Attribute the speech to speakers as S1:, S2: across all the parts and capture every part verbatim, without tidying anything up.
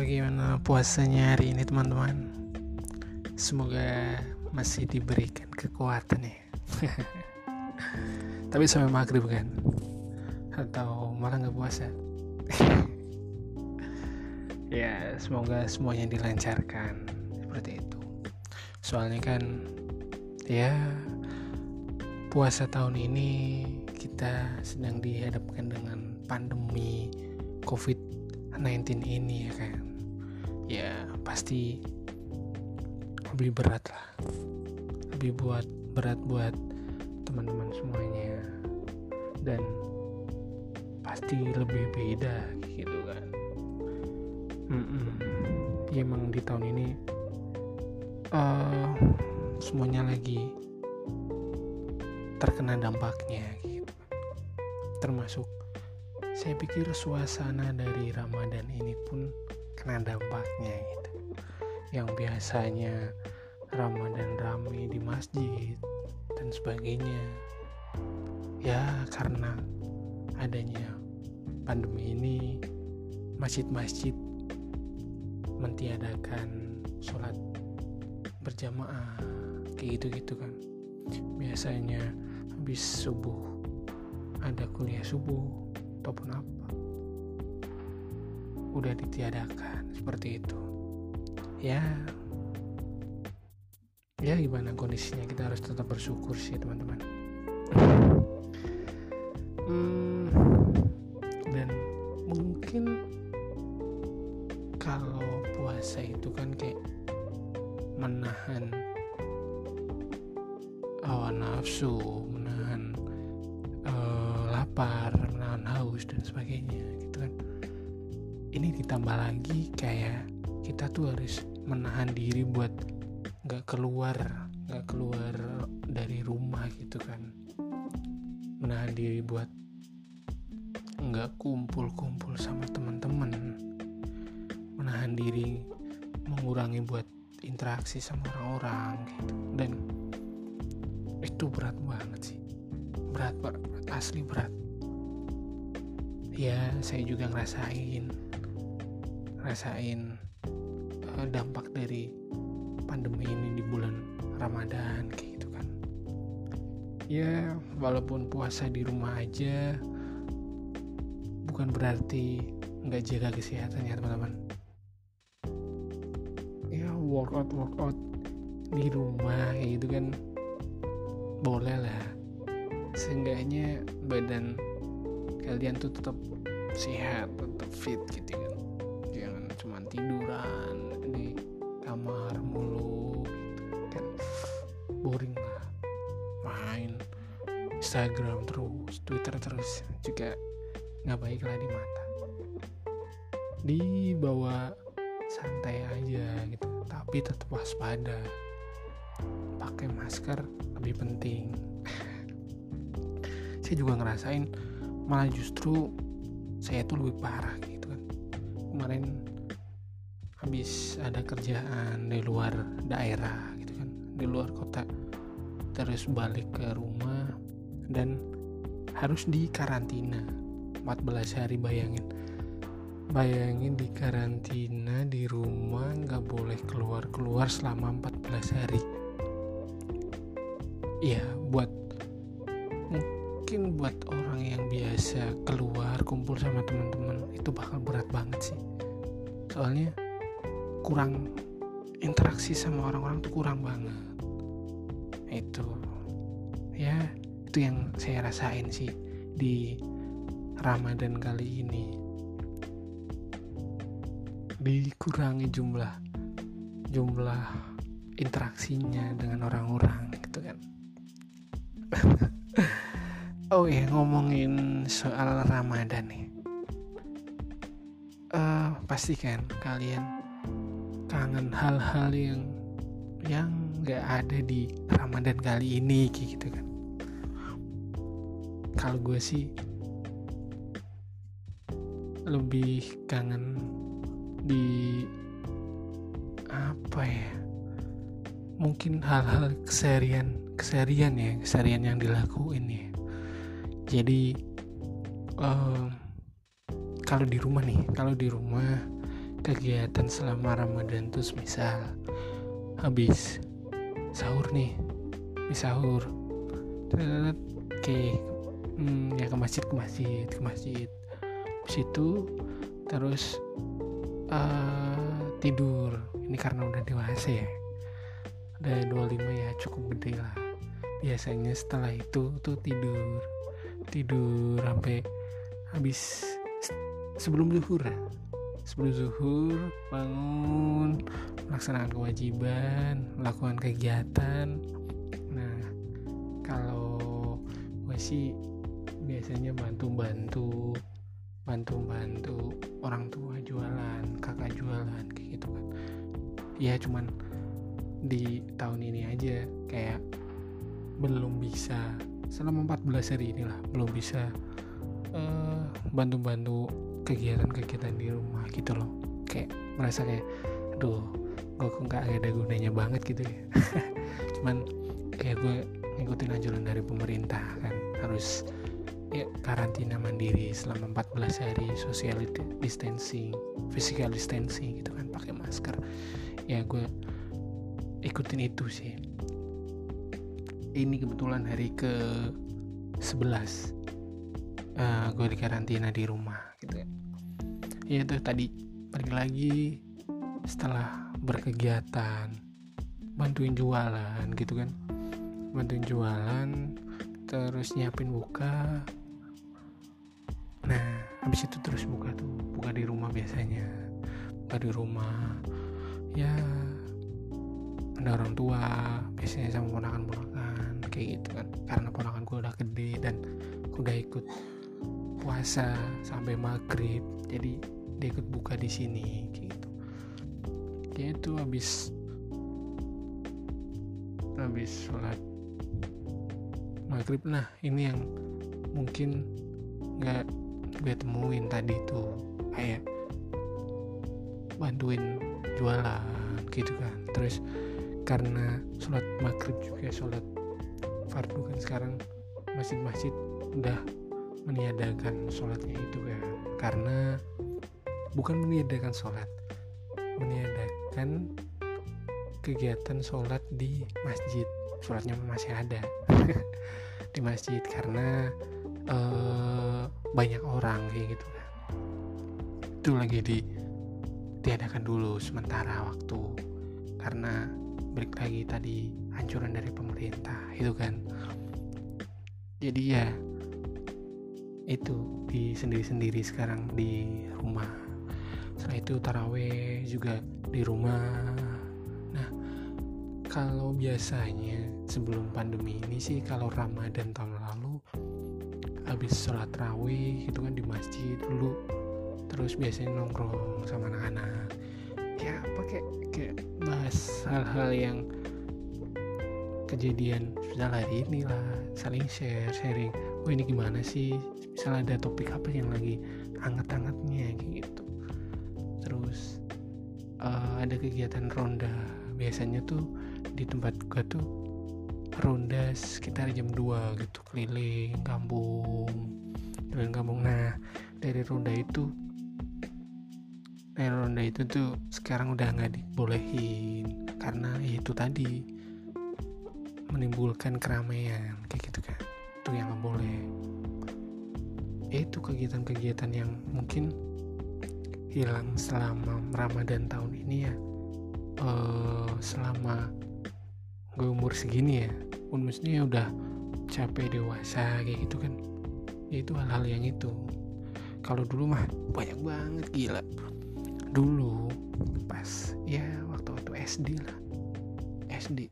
S1: bagaimana puasanya hari ini teman-teman? Semoga masih diberikan kekuatan ya. Tapi sampai maghrib kan? Atau malah gak puasa? Ya semoga semuanya dilancarkan seperti itu. Soalnya kan ya puasa tahun ini kita sedang dihadapkan dengan pandemi covid sembilan belas ini ya kan. Ya pasti lebih berat lah. Lebih buat berat buat teman-teman semuanya. Dan pasti lebih beda gitu kan. Mm-mm. Ya emang di tahun ini uh, semuanya lagi terkena dampaknya gitu. Termasuk saya pikir suasana dari Ramadan ini pun kena dampaknya gitu. Yang biasanya Ramadan ramai di masjid dan sebagainya, ya karena adanya pandemi ini masjid-masjid mentiadakan sholat berjamaah kayak gitu-gitu kan. Biasanya habis subuh ada kuliah subuh ataupun apa, udah ditiadakan seperti itu. Ya ya gimana kondisinya, kita harus tetap bersyukur sih teman-teman. hmm, dan mungkin kalau puasa itu kan kayak menahan hawa nafsu, menahan uh, lapar, menahan haus dan sebagainya gitu kan. Ini ditambah lagi kayak kita tuh harus menahan diri buat nggak keluar, nggak keluar dari rumah gitu kan. Menahan diri buat nggak kumpul-kumpul sama teman-teman. Menahan diri mengurangi buat interaksi sama orang-orang gitu. Dan itu berat banget sih, berat berat, berat asli berat. Ya saya juga ngerasain ngerasain uh, dampak dari pandemi ini di bulan Ramadan kayak gitu kan. Ya walaupun puasa di rumah aja bukan berarti nggak jaga kesehatan ya teman-teman. Ya workout workout di rumah kayak gitu kan boleh lah, seenggaknya badan kalian tuh tetap sehat, tetap fit gitu kan. Jangan cuma tiduran di kamar mulu gitu kan, boring lah. Main Instagram terus, Twitter terus juga nggak baik lah di mata. Dibawa santai aja gitu, tapi tetap waspada. Pakai masker lebih penting. Saya juga ngerasain malah justru saya tuh lebih parah gitu kan. Kemarin habis ada kerjaan di luar daerah gitu kan, di luar kota, terus balik ke rumah dan harus di karantina empat belas hari. Bayangin bayangin di karantina di rumah, nggak boleh keluar-keluar selama empat belas hari. Ya buat mungkin buat orang yang biasa keluar kumpul sama teman-teman itu bakal berat banget sih. Soalnya kurang interaksi sama orang-orang tuh kurang banget. Itu ya itu yang saya rasain sih di Ramadan kali ini. Dikurangi jumlah jumlah interaksinya dengan orang-orang gitu kan. Oh ya, ngomongin soal Ramadan nih, uh, pasti kan kalian kangen hal-hal yang yang nggak ada di Ramadan kali ini gitu kan. Kalau gue sih lebih kangen di apa ya, mungkin hal-hal keseharian keseharian ya keseharian yang dilakuin ya. Jadi um, kalau di rumah nih kalau di rumah kegiatan selama Ramadan tuh misal habis sahur nih, habis sahur, oke, okay. hmm, ya ke masjid ke masjid ke masjid, habis itu terus uh, tidur. Ini karena udah dewasa ya, udah dua puluh lima ya, cukup gede lah. Biasanya setelah itu tuh tidur tidur sampai habis sebelum zuhur ya. Sebelum zuhur bangun, melaksanakan kewajiban, melakukan kegiatan. Nah, kalau gue sih biasanya bantu-bantu bantu-bantu orang tua jualan, kakak jualan kayak gitu kan. Ya cuman di tahun ini aja kayak belum bisa, selama empat belas hari inilah belum bisa uh, bantu-bantu kegiatan-kegiatan di rumah gitu loh. Kayak merasa kayak aduh, gue kok gak ada gunanya banget gitu ya. Cuman kayak gue ngikutin anjuran dari pemerintah kan, harus ya karantina mandiri selama empat belas hari, social distancing, physical distancing gitu kan, pakai masker. Ya gue ikutin itu sih. Ini kebetulan hari ke sebelas uh, gue di karantina di rumah gitu ya. Ya itu tadi balik lagi setelah berkegiatan, bantuin jualan gitu kan, bantuin jualan, terus nyiapin buka. Nah habis itu terus buka tuh, buka di rumah biasanya, buka di rumah ya, ada orang tua biasanya sama ponakan-ponakan kayak gitu kan, karena ponakan gue udah gede dan udah ikut puasa sampai maghrib, jadi dia ikut buka di sini kayak gitu. Kayak itu habis habis sholat maghrib. Nah ini yang mungkin nggak gue temuin tadi tuh, kayak bantuin jualan gitu kan. Terus karena sholat maghrib juga sholat fardu kan, sekarang masjid-masjid udah meniadakan sholatnya itu kan, karena bukan meniadakan sholat, meniadakan kegiatan sholat di masjid. Sholatnya masih ada di masjid karena uh, banyak orang kayak gitu kan. Itu lagi ditiadakan dulu sementara waktu, karena balik lagi tadi anjuran dari pemerintah itu kan. Jadi ya itu di sendiri-sendiri sekarang di rumah. Setelah itu taraweh juga di rumah. Nah kalau biasanya sebelum pandemi ini sih, kalau Ramadan tahun lalu habis sholat tarawih itu kan di masjid dulu, terus biasanya nongkrong sama anak-anak ya pakai kayak bahas hal-hal yang kejadian sudah hari ini lah, saling share sharing, oh ini gimana sih, misalnya ada topik apa yang lagi hangat-hangatnya gitu. Terus uh, ada kegiatan ronda, biasanya tuh di tempat gua tuh ronda sekitar jam dua gitu, keliling kampung keliling kampung. Nah dari ronda itu dari ronda itu tuh sekarang udah nggak dibolehin karena itu tadi menimbulkan keramaian kayak gitu kan, itu yang nggak boleh. Itu kegiatan-kegiatan yang mungkin hilang selama Ramadan tahun ini ya, uh, selama gue umur segini ya, pun maksudnya udah capek dewasa kayak gitu kan. Ya itu hal-hal yang itu. Kalau dulu mah banyak banget, gila. Dulu pas ya waktu-waktu S D lah, S D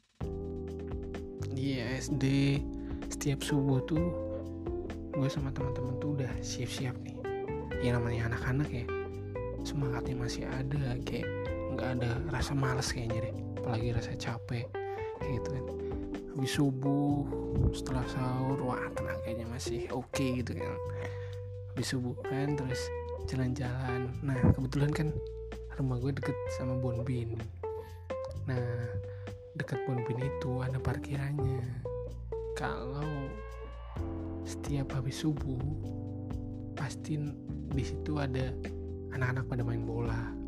S1: iya S D setiap subuh tuh gue sama teman-teman tuh udah siap-siap nih. Ya namanya anak-anak ya, semangatnya masih ada, kayak nggak ada rasa malas kayaknya deh, apalagi rasa capek kayak gitu kan. Habis subuh setelah sahur, wah tenaganya masih oke okay gitu kan. Habis subuh kan terus jalan-jalan. Nah kebetulan kan rumah gue deket sama Bonbin. Nah dekat Bonbin itu ada parkirannya. Kalau setiap habis subuh pasti di situ ada anak-anak pada main bola.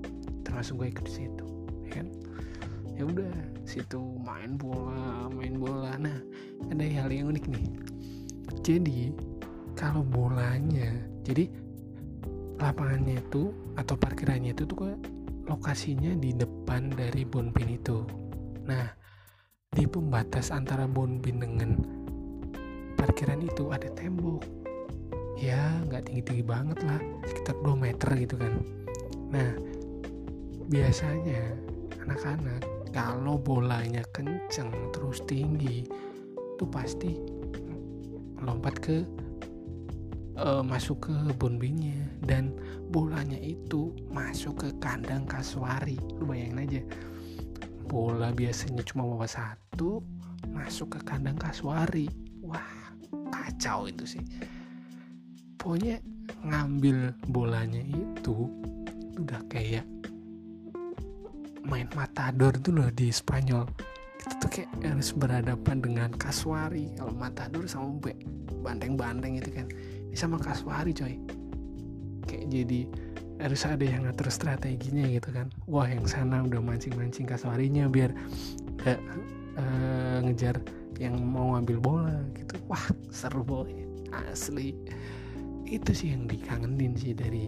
S1: termasuk gue ikut di situ, ya kan? Ya udah, situ main bola, main bola. Nah, ada hal yang unik nih. Jadi kalau bolanya, jadi lapangannya itu atau parkirannya itu tuh kayak lokasinya di depan dari Bonpin itu. Nah, di pembatas antara Bonpin dengan parkiran itu ada tembok. Ya, nggak tinggi-tinggi banget lah, sekitar dua meter gitu kan. Nah, biasanya anak-anak kalau bolanya kenceng terus tinggi, itu pasti lompat ke uh, masuk ke Bonpinnya, dan bolanya itu masuk ke kandang kasuari. Lu bayangin aja, bola biasanya cuma bawa satu, masuk ke kandang kasuari. Wah, kacau itu sih. Pokoknya ngambil bolanya itu udah kayak main matador itu loh di Spanyol. Kita tuh kayak harus berhadapan dengan kasuari. Kalau matador sama banteng-banteng itu kan, ini sama kasuari coy. Kayak jadi harus ada yang ngatur strateginya gitu kan. Wah, yang sana udah mancing-mancing kasuarinya biar gak uh, ngejar yang mau ngambil bola gitu. Wah, seru boy, asli. Itu sih yang dikangenin sih dari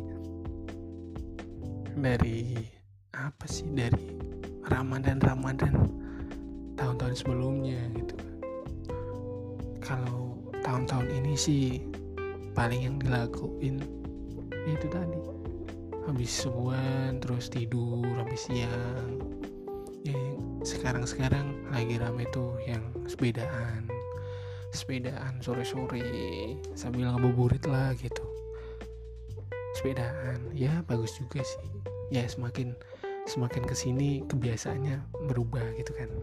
S1: dari apa sih dari Ramadan-Ramadan tahun-tahun sebelumnya gitu. Kalau tahun-tahun ini sih paling yang dilakuin itu tadi, habis subuhan terus tidur sampai siang. Ya, sekarang-sekarang lagi rame tuh yang sepedaan sepedaan sore-sore sambil ngabuburit lah gitu. Sepedaan ya bagus juga sih. Ya semakin semakin kesini kebiasaannya berubah gitu kan.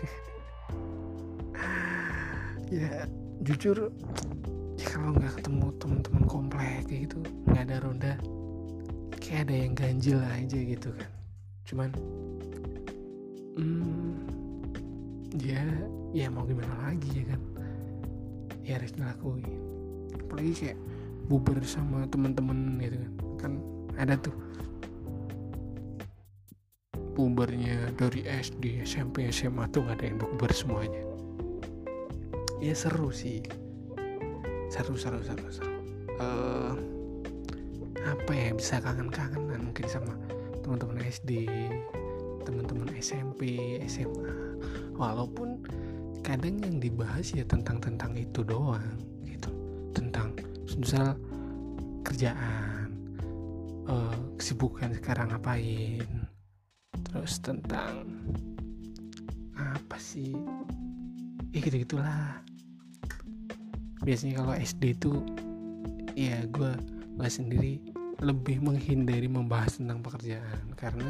S1: Ya jujur ya, kalau nggak ketemu teman-teman komplek kayak gitu, nggak ada ronda, kayak ada yang ganjil aja gitu kan. Cuman hmm, ya ya mau gimana lagi ya kan, ya harus dilakuin. Apalagi kayak bubar sama teman-teman gitu kan, kan ada tuh bubarnya dari S D, S M P, S M A tuh ada yang bubar semuanya. Ya seru sih, seru seru seru seru. Uh, apa ya, bisa kangen-kangenan mungkin sama teman-teman S D, teman-teman S M P, S M A. Walaupun kadang yang dibahas ya tentang-tentang itu doang gitu, tentang misal kerjaan, uh, kesibukan sekarang ngapain, terus tentang apa sih, ya gitu-gitulah. Biasanya kalau S D tuh ya gue gue sendiri lebih menghindari membahas tentang pekerjaan karena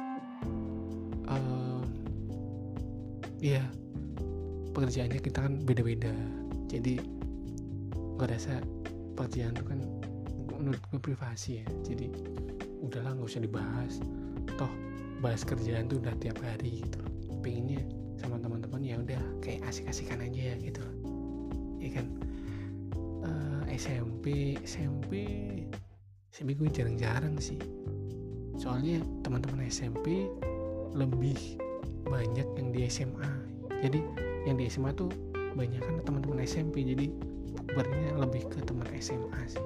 S1: uh, ya pekerjaannya kita kan beda-beda. Jadi gue rasa pekerjaan itu kan menurut gue privasi ya, jadi udahlah nggak usah dibahas, toh bahas kerjaan tuh udah tiap hari gitu. Pengennya sama teman-teman ya udah kayak asik-asikan aja ya gitu, ya kan. uh, S M P S M P S M P gue jarang-jarang sih, soalnya teman-teman S M P lebih banyak yang di S M A. Jadi yang di S M A tuh banyak kan teman-teman S M P, jadi bukbernya lebih ke teman S M A sih.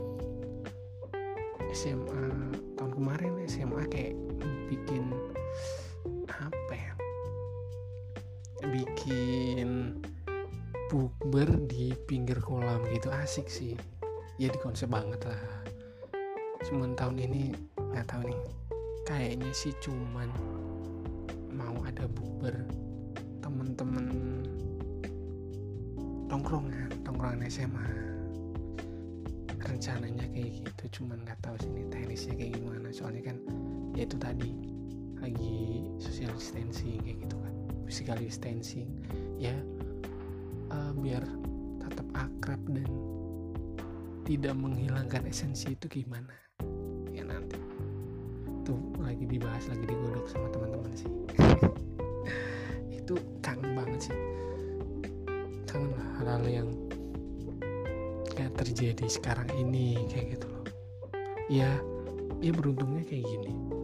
S1: S M A tahun kemarin S M A kayak bikin apa ya, bikin bukber di pinggir kolam gitu, asik sih ya, di konsep banget lah. Cuman tahun ini nggak tahu nih, kayaknya sih cuman mau ada bukber temen-temen tongkrongan tongkrongan S M A, rencananya kayak gitu. Cuman nggak tahu sih ini teknisnya kayak gimana, soalnya kan ya itu tadi lagi social distancing kayak gitu kan, physical distancing ya, uh, biar tetap akrab dan tidak menghilangkan esensi itu gimana ya, nanti tuh lagi dibahas, lagi digodok sama teman-teman sih. Itu kangen banget sih, kangen lah hal-hal yang kayak terjadi sekarang ini kayak gitu loh. Ya ya beruntungnya kayak gini,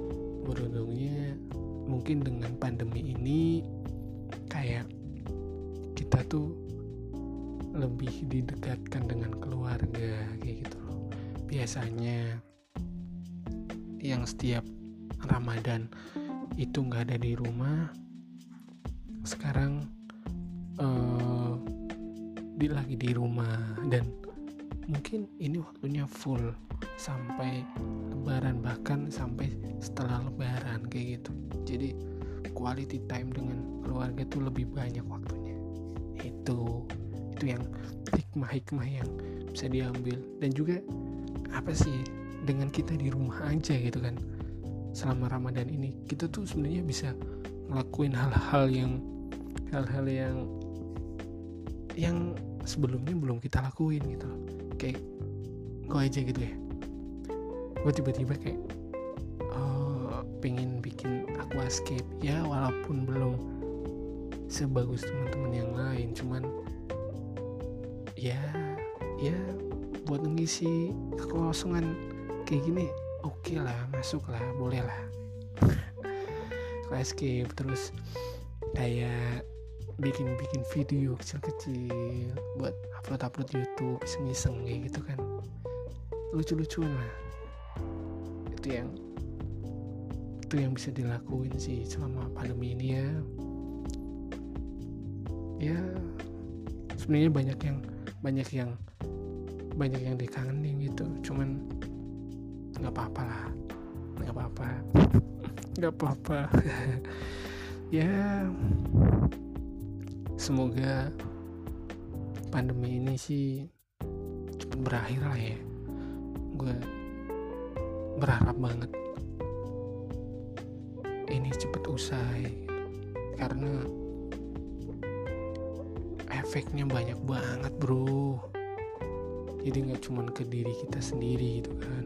S1: beruntungnya mungkin dengan pandemi ini kayak kita tuh lebih didekatkan dengan keluarga kayak gitu loh. Biasanya yang setiap Ramadan itu nggak ada di rumah, sekarang uh, di lagi di rumah, dan mungkin ini waktunya full sampai Lebaran, bahkan sampai setelah Lebaran kayak gitu. Jadi quality time dengan keluarga tuh lebih banyak waktunya. Itu itu yang hikmah-hikmah yang bisa diambil. Dan juga apa sih, dengan kita di rumah aja gitu kan selama Ramadan ini, kita tuh sebenarnya bisa ngelakuin hal-hal yang hal-hal yang yang sebelumnya belum kita lakuin gitu loh. Kayak gue aja gitu ya, gue tiba-tiba kayak uh, pengen bikin aquascape ya, walaupun belum sebagus teman-teman yang lain, cuman ya ya buat mengisi kekosongan kayak gini oke okay lah, masuk lah, boleh lah. Aquascape, terus kayak bikin-bikin video kecil-kecil buat upload-upload YouTube, iseng-iseng kayak gitu kan, lucu-lucuan lah. Itu yang itu yang bisa dilakuin sih selama pandemi ini ya. Ya sebenarnya banyak yang banyak yang banyak yang dikangenin gitu, cuman nggak apa-apa lah, nggak apa-apa, nggak apa-apa. Ya semoga pandemi ini sih cepat berakhir lah ya. Gue berharap banget ini cepat usai, karena efeknya banyak banget bro. Jadi nggak cuma ke diri kita sendiri gitu kan,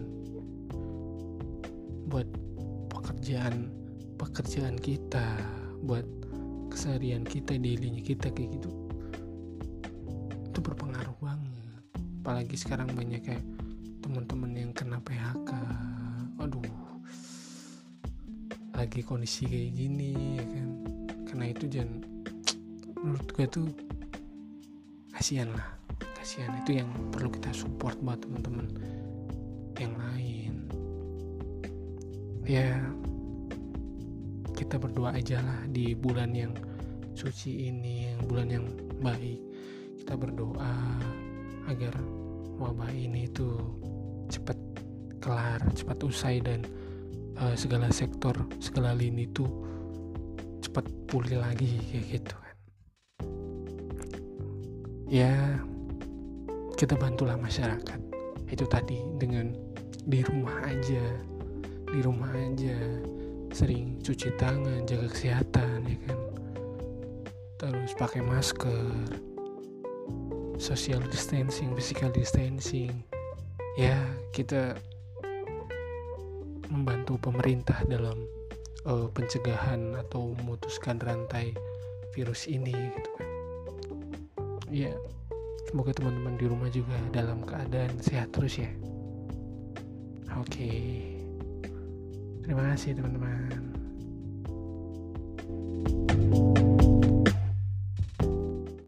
S1: buat pekerjaan pekerjaan kita, buat keseharian kita, dailynya kita kayak gitu, itu berpengaruh banget. Apalagi sekarang banyak kayak teman-teman yang kena P H K. Aduh, lagi kondisi kayak gini ya kan. Karena itu jangan, menurut gue tuh kasihan lah, kasihan. Itu yang perlu kita support buat teman-teman yang lain. Ya kita berdoa aja lah di bulan yang suci ini, yang bulan yang baik. Kita berdoa agar wabah ini tuh cepat kelar, cepat usai, dan uh, segala sektor, segala lini tuh cepat pulih lagi kayak gitu kan. Ya kita bantulah masyarakat itu tadi dengan di rumah aja, di rumah aja, sering cuci tangan, jaga kesehatan ya kan, terus pakai masker, social distancing, physical distancing. Ya kita membantu pemerintah dalam uh, pencegahan atau memutuskan rantai virus ini gitu kan. Ya semoga teman-teman di rumah juga dalam keadaan sehat terus ya. Oke, terima kasih teman-teman.